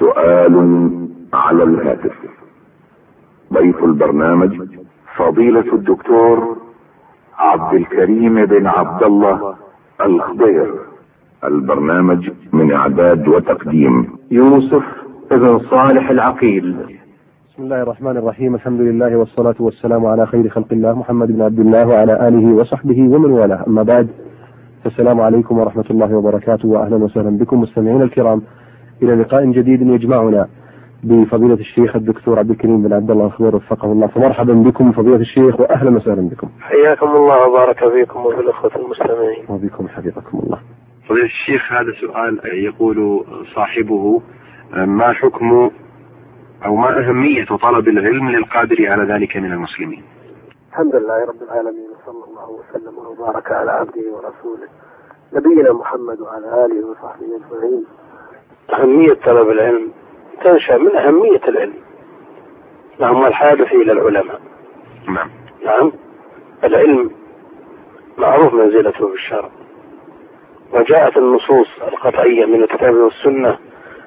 سؤال على الهاتف. ضيف البرنامج فضيلة الدكتور عبد الكريم بن عبد الله الخضير. البرنامج من اعداد وتقديم يوسف بن صالح العقيل. بسم الله الرحمن الرحيم. الحمد لله والصلاة والسلام على خير خلق الله محمد بن عبد الله وعلى آله وصحبه ومن والاه. أما بعد، السلام عليكم ورحمة الله وبركاته، وأهلا وسهلا بكم مستمعين الكرام إلى لقاء جديد يجمعنا بفضيلة الشيخ الدكتور عبد الكريم بن عبد الله الخضير وفقه الله. فمرحبا بكم فضيلة الشيخ وأهلا وسهلا بكم. حياكم الله وبارك فيكم وبالأخوة المستمعين. وبكم حفظكم الله. فضيلة الشيخ، هذا سؤال يقول صاحبه: ما حكم أو ما أهمية طلب العلم للقادر على ذلك من المسلمين؟ الحمد لله رب العالمين، وصلى الله وسلم وبارك على عبده ورسوله نبينا محمد وعلى آله وصحبه أجمعين. أهمية طلب العلم تنشأ من أهمية العلم، نعم، والحاجة إلى العلماء. نعم، العلم معروف منزلته في الشرع، وجاءت النصوص القطعية من الكتاب والسنة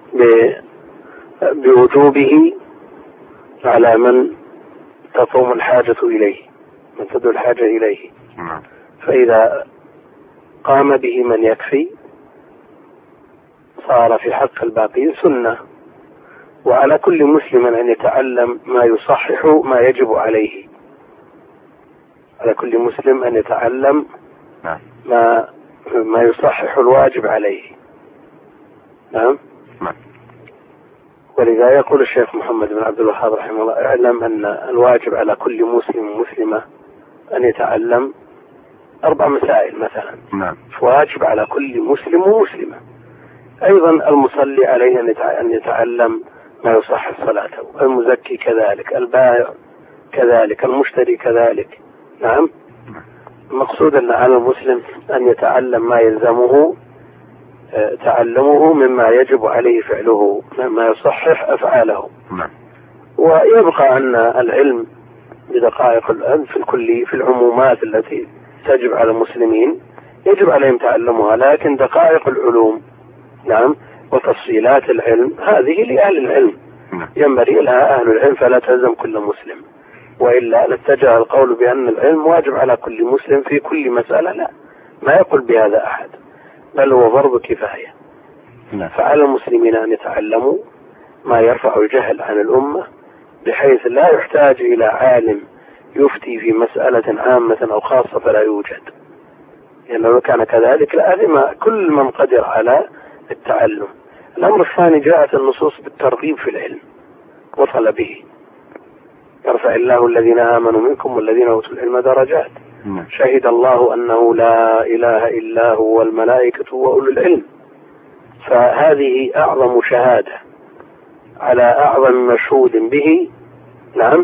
بوجوبه على من تقوم الحاجة إليه، من تدعو الحاجة إليه. فإذا قام به من يكفي صار في حق الباقين سنة. وعلى كل مسلم أن يتعلم ما يصحح ما يجب عليه، على كل مسلم أن يتعلم ما يصحح الواجب عليه. نعم. ولذا يقول الشيخ محمد بن عبد الوهاب رحمه الله: اعلم أن الواجب على كل مسلم ومسلمة أن يتعلم 4 مسائل مثلا. واجب على كل مسلم ومسلمة. أيضا المصلي عليه أن يتعلم ما يصحح صلاته، المزكي كذلك، البائع كذلك، المشتري كذلك. نعم. المقصود أن على المسلم أن يتعلم ما يلزمه تعلمه مما يجب عليه فعله، مما يصحح أفعاله. ويبقى أن العلم بدقائق العلم في العمومات التي تجب على المسلمين يجب عليهم تعلمها، لكن دقائق العلوم، نعم، وتفصيلات العلم هذه لأهل العلم، ينبغي لها أهل العلم، فلا تلزم كل مسلم، وإلا لاتجه القول بأن العلم واجب على كل مسلم في كل مسألة. لا، ما يقول بهذا أحد، بل هو فرض كفاية. فعلى المسلمين أن يتعلموا ما يرفع الجهل عن الأمة، بحيث لا يحتاج إلى عالم يفتي في مسألة عامة أو خاصة فلا يوجد، لأنه يعني لو كان كذلك لأذم كل من قدر على التعلم. الأمر الثاني، جاءت النصوص بالترغيب في العلم وطلبه. يرفع الله الذين آمنوا منكم والذين أوتوا العلم درجات. شهد الله أنه لا إله إلا هو والملائكة وأولو العلم. فهذه أعظم شهادة على أعظم مشهود به. نعم.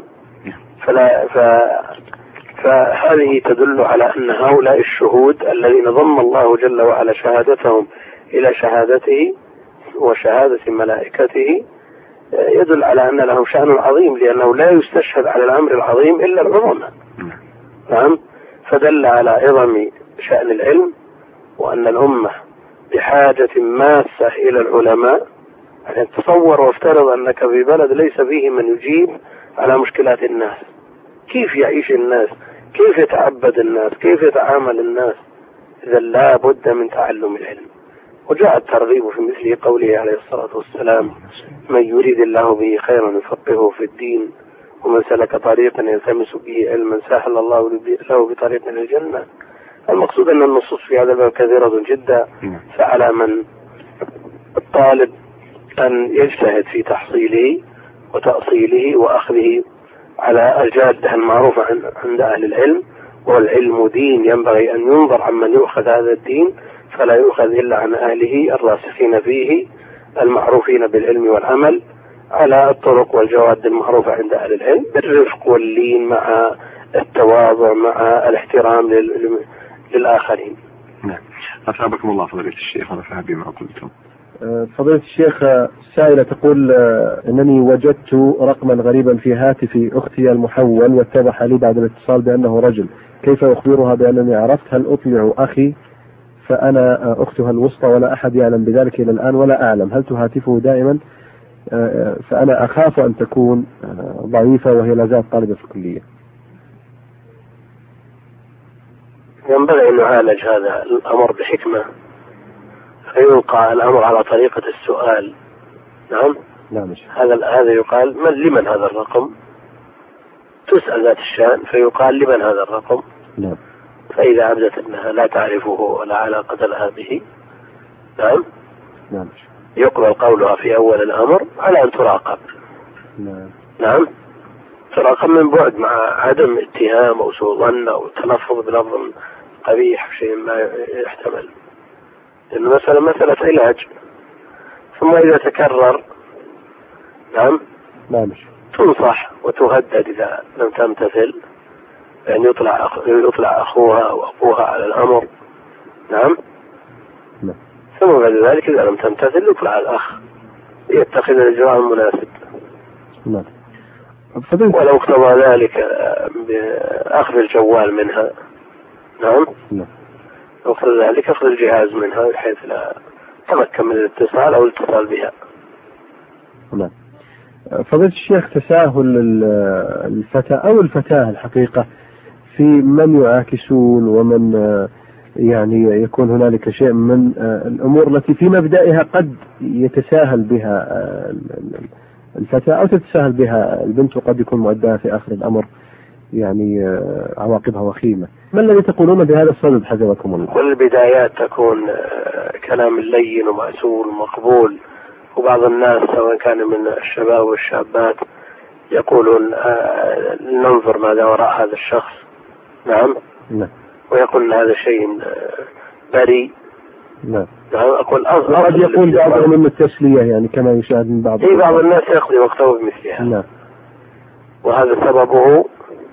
فهذه تدل على أن هؤلاء الشهود الذين ضم الله جل وعلا شهادتهم إلى شهادته وشهادة ملائكته يدل على أن لهم شأن عظيم، لأنه لا يستشهد على الأمر العظيم إلا العظماء. نعم. فدل على عظم شأن العلم، وأن الأمة بحاجة ماسة إلى العلماء. يعني تصور وافترض أنك في بلد ليس فيه من يجيب على مشكلات الناس، كيف يعيش الناس، كيف يتعبد الناس، كيف يتعامل الناس؟ إذا لا بد من تعلم العلم. وجاء الترغيب في مثل قوله عليه الصلاة والسلام: من يريد الله به خيرا يفقهه في الدين، ومن سلك طريقا يلتمس به علما سهل الله له بطريق الجنة. المقصود أن النصوص في هذا الباب كثيرة جدا، فعلى من الطالب أن يجتهد في تحصيله وتأصيله وأخذه على الجادة المعروفة عند أهل العلم. والعلم دين، ينبغي أن ينظر عمن يؤخذ هذا الدين، فلا يؤخذ إلا عن أهله الراسخين فيه المعروفين بالعلم والعمل على الطرق والجواد المعروفة عند أهل العلم، بالرفق واللين مع التواضع مع الاحترام للآخرين. نعم. أثابكم الله فضيلة الشيخ ونفع بما قلتم. فضيلة الشيخ، سائلة تقول: أنني وجدت رقما غريبا في هاتف أختي المحول، واتضح لي بعد الاتصال بأنه رجل. كيف أخبرها بأنني عرفت؟ هل أطلع أخي فأنا أختها الوسطى ولا أحد يعلم بذلك إلى الآن ولا أعلم؟ هل تهاتفه دائما فأنا أخاف أن تكون ضعيفة وهي لا زالت طالبة في الكلية. ينبغي أن يعالج هذا الأمر بحكمة، فيلقى الأمر على طريقة السؤال. نعم. هذا يقال لمن هذا الرقم، تسأل ذات الشأن فيقال لمن هذا الرقم. نعم. فإذا أبدت أنها لا تعرفه ولا علاقة لها به، نعم، يقبل قولها في أول الأمر على أن تراقب. نعم، تراقب من بعد مع عدم اتهام أو سوء ظن أو تلفظ بلفظ قبيح شيء ما يحتمل، لأنه مسألة علاج. ثم إذا تكرر، نعم، تنصح وتهدد إذا لم تمتثل، يعني يطلع أخوها أو أبوها على الأمر. نعم. ثم بعد ذلك إذا لم تمتثل يطلع الأخ يتخذ الإجراء المناسب. ولو اقتضى ذلك بأخذ الجوال منها. نعم. لو اقتضى ذلك أخذ الجهاز منها بحيث لا تمكن من الاتصال أو الاتصال بها. فضيلة الشيخ، تساهل الفتى أو الفتاة الحقيقة في من يعاكسون ومن يعني يكون هنالك شيء من الأمور التي في مبدأها قد يتساهل بها الفتى أو تتساهل بها البنت، وقد يكون مؤداها في آخر الأمر يعني عواقبها وخيمة. ما الذي تقولون بهذا الصدد حفظكم الله؟ كل البدايات تكون كلام لين ومأسول ومقبول، وبعض الناس سواء كان من الشباب والشابات يقولون ننظر ماذا وراء هذا الشخص. نعم. ويقول هذا شيء بريء. نعم. أقول قد يقول بعضهم من التسلية، يعني كما يشاهد من بعض الناس يقضي وقته بمثلها. نعم. وهذا سببه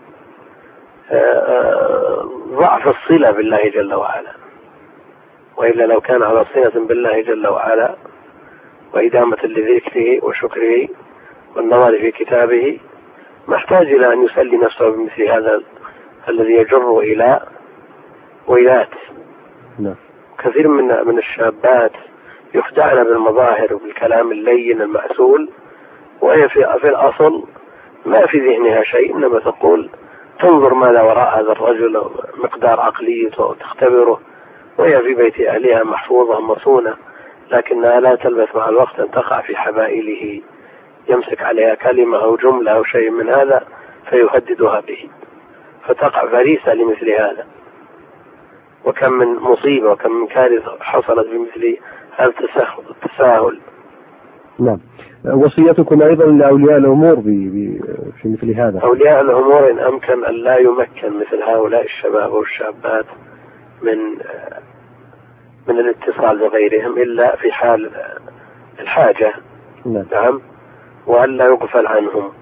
ضعف الصلة بالله جل وعلا، وإلا لو كان على صلة بالله جل وعلا وإدامة لذكره وشكره والنظر في كتابه ما احتاج إلى أن يسلي نفسه بمثل هذا الذي يجر إلى ويلات. كثير من الشابات يخدعن بالمظاهر وبالكلام اللين المأسول، وهي في الأصل ما في ذهنها شيء، إنما تقول تنظر ماذا وراء هذا الرجل مقدار عقليته وتختبره، وهي في بيت أهلها محفوظة مصونة، لكنها لا تلبث مع الوقت أن تقع في حبائله، يمسك عليها كلمة أو جملة أو شيء من هذا فيهددها به، فتقع فريسة لمثل هذا. وكم من مصيبة وكم من كارثة حصلت بمثل هذا التساهل. نعم. وصيتكم أيضا لأولياء الأمور في مثل هذا. أولياء الأمور إن أمكن أن لا يمكن مثل هؤلاء الشباب والشابات من الاتصال بغيرهم إلا في حال الحاجة. نعم. وأن لا يغفل عنهم،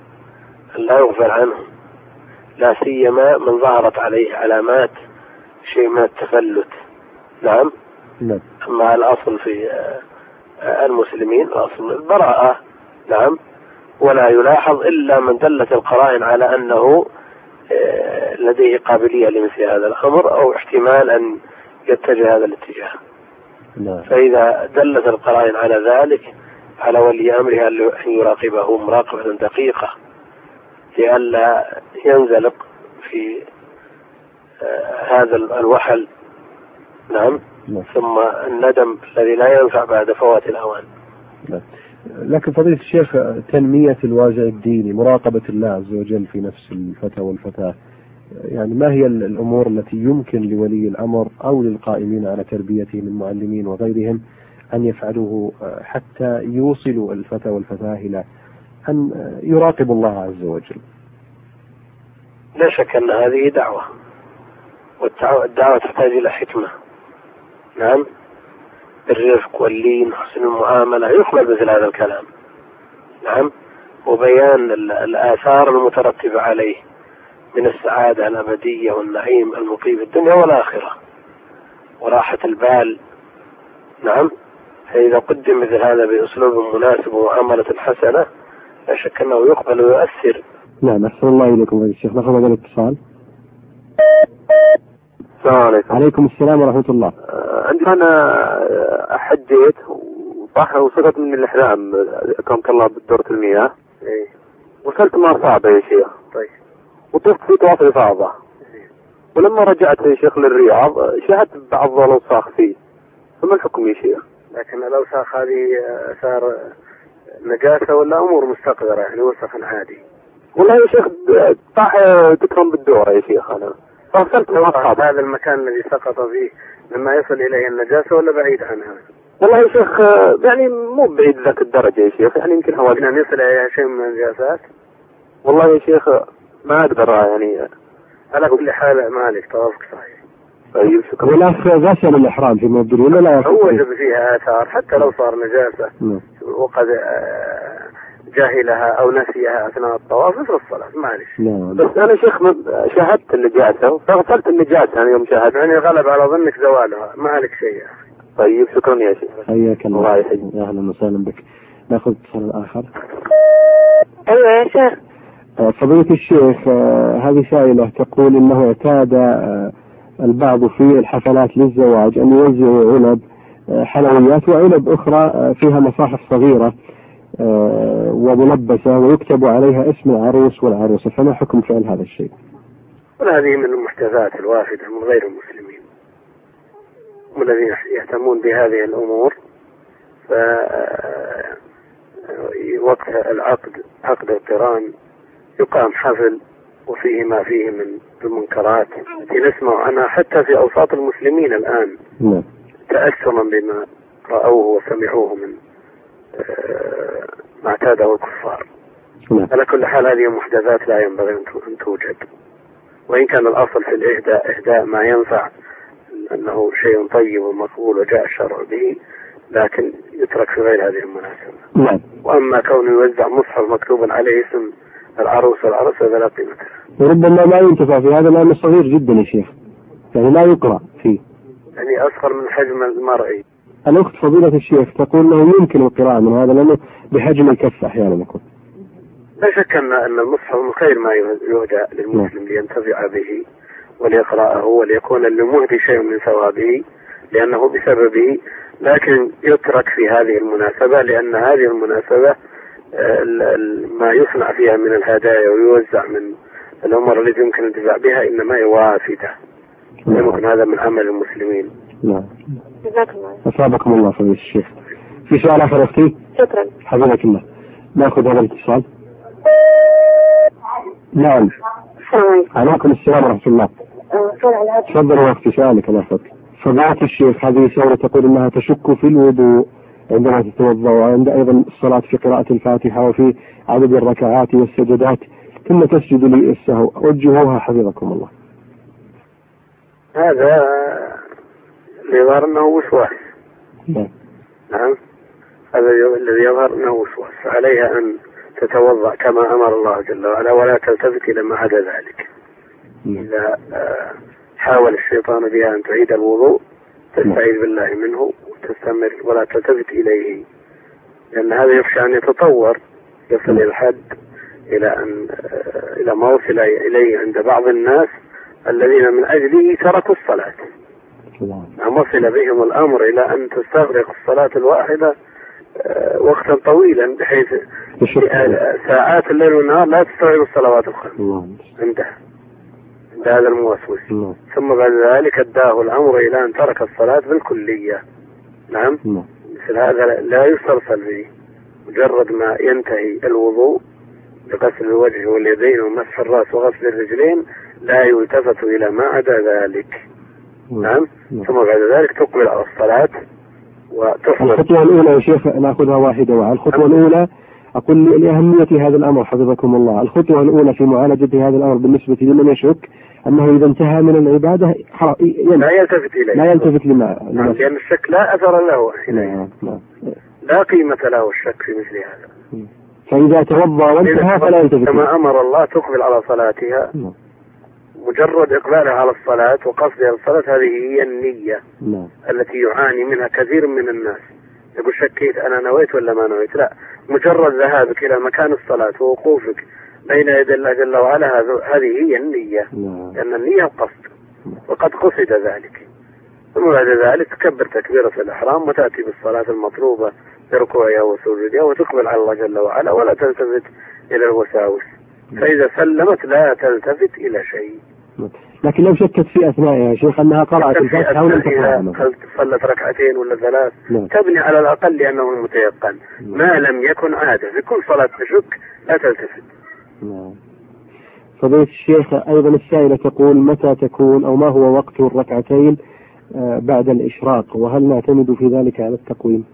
لا سيما من ظهرت عليه علامات شيء من التفلت. نعم. أما الأصل في المسلمين أصل البراءة. نعم. ولا يلاحظ إلا من دلت القرائن على أنه لديه قابلية لمثل هذا الأمر أو احتمال أن يتجه هذا الاتجاه. فإذا دلت القرائن على ذلك على ولي أمره أن يراقبه مراقبة دقيقة لئلا ينزلق في هذا الوحل. نعم. ثم الندم الذي لا ينفع بعد فوات الأوان. لكن فضيلة الشيخ، تنمية الوازع الديني، مراقبة الله عز وجل في نفس الفتى والفتاة، يعني ما هي الأمور التي يمكن لولي الأمر أو للقائمين على تربيته من معلمين وغيرهم أن يفعلوه حتى يوصلوا الفتى والفتاة إلى أن يراقبوا الله عز وجل؟ لا شك أن هذه دعوة، والدعوة تحتاج إلى حكمة. نعم. الرفق واللين وحسن المعاملة يقبل مثل هذا الكلام. نعم. وبيان الآثار المترتبة عليه من السعادة الأبدية والنعيم المقيم في الدنيا والآخرة وراحة البال. نعم. فإذا قدم مثل هذا بأسلوب مناسب ومعاملة حسنة لا شك أنه يقبل ويؤثر. نعم. أحسن الله إليكم يا الشيخ. ناخذ هذا الاتصال. السلام عليكم. عليكم السلام ورحمة الله. عندما أنا حجيت صح. وصلت من الإحلام أكرمك الله بدورة المياه. إيه. وصلت ما صعبة يا شيخ. طيب. وطفت في طواف الإفاضة. ولما رجعت يا شيخ للرياض شاهدت بعض الأوساخ فيه، فما الحكم يا شيخ؟ لكن الأوساخ هذه صار نجاسة ولا أمور مستقذرة يعني وسخ عادي؟ والله يا شيخ طاح تكرم بالدورة يا شيخ. أنا فصلت هذا المكان الذي سقط فيه لما يصل إليه النجاسة ولا بعيد عنها؟ والله يا شيخ يعني مو بعيد ذاك الدرجة يا شيخ، يعني يمكن حوالي أن يصل إلى شيء من النجاسات. والله يا شيخ ما أقدر يعني. على كل حال ما عليك طوافك صحيح. طيب شكرا. والأخ غسل الإحرام في مبدل ولا لا؟ هو وجد فيها آثار حتى لو صار نجاسة وقد جاهلها أو نسيها أثناء الطواف مثل الصلاة معلش. بس أنا شيخ شاهدت النجاسة فغسلت النجاسة يعني يوم شاهدت يعني غلب على ظنك زوالها ما عليك شيء يا أخي. طيب شكرا يا شيخ. حياك الله. أهلا وسهلا بك. نأخذ اتصال آخر. أيوة يا شيخ. فضيلة الشيخ هذه سائلة تقول إنه اعتاد البعض في الحفلات للزواج أن يوزعوا علب حلويات وعلب أخرى فيها مصاحف صغيرة وملبسة ويكتب عليها اسم العروس والعروسة، فما حكم فعل هذا الشيء؟ وهذه من المحدثات الوافدة من غير المسلمين والذين يهتمون بهذه الأمور. وقت العقد عقد القران يقام حفل وفيه ما فيه من المنكرات التي نسمع عنها حتى في أوساط المسلمين الآن تأثرا بما رأوه وسمعوه من ما اعتاده الكفار. على كل حال هذه محدثات لا ينبغي أن توجد، وإن كان الأصل في الإهداء إهداء ما ينفع أنه شيء طيب ومقبول وجاء الشرع به، لكن يترك في غير هذه المناسبة. وأما كونه يوزع مصحف مكتوب عليه اسم العروس والعروس هذا لا قيمة له. وربما ما ينتفع في هذا لأنه صغير جدا يا شيخ، يعني لا يقرأ فيه، يعني أصغر من حجم المرئي. الأخت فضيلة الشيخ تقول أنه يمكن القراءة من هذا لأنه بحجم الكف أحيانا يكون. لا شك أن المصحف من خير ما يهدى للمسلم لينتفع به وليقرأه وليكون للمهدي شيء من ثوابه لأنه بسببه، لكن يترك في هذه المناسبة لأن هذه المناسبة ما يصنع فيها من الهدايا ويوزع من الأمور التي يمكن الانتفاع بها إنما يوافده، يمكن هذا من عمل المسلمين. نعم. أصابكم الله فضيلة الشيخ. في سؤال آخر أختي؟ شكرا. حفظك الله. نأخذ هذا الاتصال. نعم. عليكم السلام ورحمة الله. تفضل يا أختي سؤالك الله يحفظك. فضيلة الشيخ هذه سورة تقول إنها تشك في الوضوء عندما تتوضأ وعند أيضا الصلاة في قراءة الفاتحة وفي عدد الركعات والسجدات ثم تسجد للسهو، وجهوها حفظكم الله. هذا يظهر أنه وسواس. نعم هذا الذي يظهر أنه وسواس، فعليها أن تتوضأ كما أمر الله جل وعلا ولا تلتفت إلى ما عدا ذلك. إذا حاول الشيطان بها أن تعيد الوضوء تستعيذ بالله منه وتستمر ولا تلتفت إليه، لأن هذا يخشى أن يتطور يصل إلى الحد إلى ما وصل إليه عند بعض الناس الذين من أجله تركوا الصلاة. وصل بهم الأمر إلى أن تستغرق الصلاة الواحدة وقتا طويلا بحيث ساعات الليل والنهار لا تستوعب الصلوات الخمس عند هذا الموسوس. ثم بعد ذلك أداه الأمر إلى أن ترك الصلاة بالكلية. نعم مثل هذا لا يسترسل به، مجرد ما ينتهي الوضوء بغسل الوجه واليدين ومسح الرأس وغسل الرجلين لا يلتفت إلى ما عدا ذلك. نعم ثم بعد ذلك تقبل على الصلاة وتحضر. الخطوة الأولى يا شيخ نأخذها واحدة واحدة. الخطوة الأولى أقول لأهمية هذا الأمر حفظكم الله، الخطوة الأولى في معالجة هذا الأمر بالنسبة لمن يشك أنه إذا انتهى من العبادة لا يلتفت إليه، لا يلتفت لما لأن الشك لا أثر له حينئذ، لا قيمة له الشك في مثل هذا. فإذا توضأ وانتهى فلا يلتفت كما أمر الله تقبل على صلاتها. مجرد إقبالها على الصلاة وقصدها الصلاة هذه هي النية التي يعاني منها كثير من الناس، يقول شكيت أنا نويت ولا ما نويت. لا، مجرد ذهابك إلى مكان الصلاة ووقوفك بين يدي الله جل وعلا هذه هي النية، لأن النية القصد وقد قصد ذلك. ثم بعد ذلك تكبر تكبيرة الإحرام وتأتي بالصلاة المطلوبة بركوعها وسجودها وتقبل على الله جل وعلا ولا تلتفت إلى الوساوس. فإذا سلمت لا تلتفت إلى شيء. لكن لو شكت في أثنائها يا شيخ أنها قرأت الفاتحة ولم تقرأها، صلت ركعتين ولا ثلاث، تبني على الأقل لأنه المتيقن. ما لم يكن عادة، في كل صلاة تشك لا تلتفت. فضيلة الشيخ أيضا السائلة تقول متى تكون أو ما هو وقت الركعتين بعد الإشراق، وهل نعتمد في ذلك على التقويم؟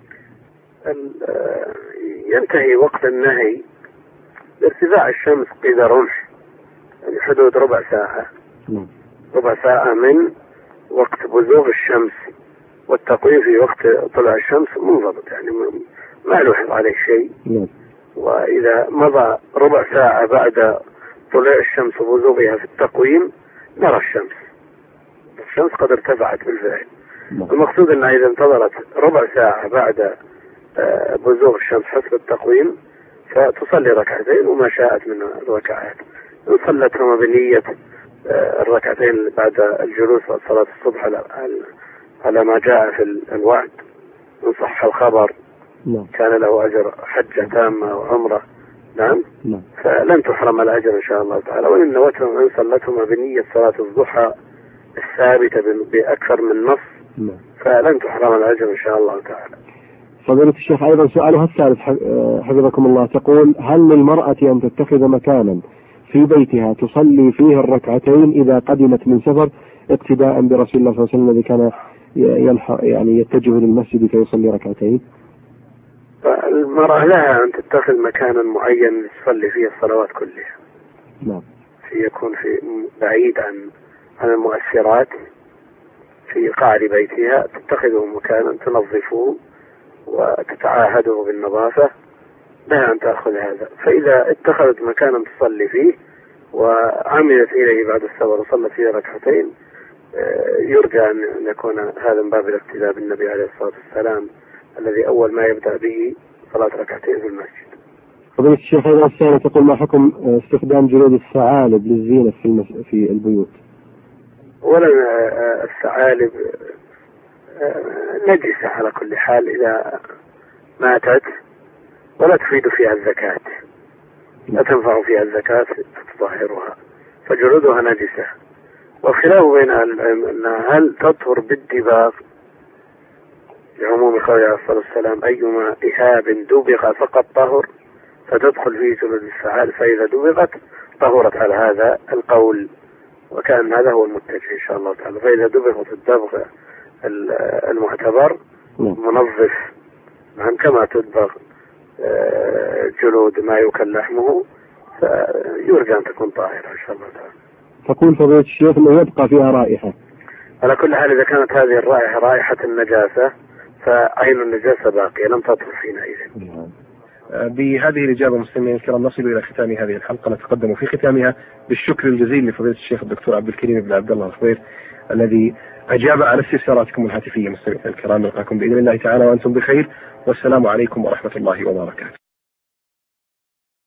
ينتهي وقت النهي بارتفاع الشمس قيد رمح، يعني حدود ربع ساعة. ربع ساعة من وقت بزوغ الشمس، والتقويم في وقت طلوع الشمس منضبط، يعني ما يلوحظ عليه شيء. وإذا مضى ربع ساعة بعد طلوع الشمس وبزوغها في التقويم نرى الشمس قد ارتفعت بالفعل. المقصود أنها إذا انتظرت ربع ساعة بعد بزوغ الشمس حسب التقويم فتصلي ركعتين وما شاءت من الركعات، إن صلتهما بنية الركعتين بعد الجلوس صلاة الصبح على ما جاء في الوعد إن صح الخبر كان له أجر حجة تامة وعمرة. نعم. فلن تحرم الأجر إن شاء الله تعالى. وإن نوتهم إن صلتهما بنية صلاة الضحى الثابتة بأكثر من نص فلن تحرم الأجر إن شاء الله تعالى. فضيلة الشيخ أيضا سؤالها الثالث حفظكم الله، تقول هل للمرأة أن تتخذ مكانا في بيتها تصلي فيه الركعتين إذا قدمت من سفر اقتداء برسول الله صلى الله عليه وسلم الذي كان يعني يتجه للمسجد فيصلي ركعتين؟ المرأة لها أن تتخذ مكانا معين تصلي فيه الصلوات كلها. يكون في بعيد عن المؤثرات في قاعد بيتها، تتخذه مكانا تنظفه وتتعاهده بالنظافة، لها أن تأخذ هذا. فإذا اتخذت مكانا تصلي فيه وعملت إليه بعد السفر وصلت فيه ركعتين يرجى أن يكون هذا من باب الاقتداء بالنبي عليه الصلاة والسلام الذي أول ما يبدأ به صلاة ركعتين في المسجد. فضيلة الشيخ هذا السائل تقول ما حكم استخدام جلود الثعالب للزينة في البيوت؟ ولا الثعالب نجسة على كل حال إذا ماتت، ولا تفيد فيها الزكاة، لا تنفع فيها الزكاة تطهرها، فجلودها نجسة. والخلاف بين العلم هل تطهر بالدباغ لعموم قوله عليه الصلاة والسلام أيما إهاب دبغ فقد طهر، فتدخل فيه جلود الثعالب، فإذا دبغت طهرت على هذا القول، وكان هذا هو المتجه إن شاء الله تعالى. فإذا دبغت الدبغ المعتبر منظف نعم كما تدبغ جلود ما يؤكل لحمه، فيرجى أن تكون طاهرة إن شاء الله تعالى. تقول فضيلة الشيخ أنه يبقى فيها رائحة. على كل حال إذا كانت هذه الرائحة رائحة النجاسة فعين النجاسة باقية لم تطهر حينئذ. بهذه الإجابة مستمعينا الكرام نصل إلى ختام هذه الحلقة. نتقدم في ختامها بالشكر الجزيل لفضيلة الشيخ الدكتور عبد الكريم بن عبد الله الخضير الذي أجاب على استفساراتكم الهاتفية. مستمعينا الكرام نلقاكم بإذن الله تعالى وأنتم بخير، والسلام عليكم ورحمة الله وبركاته.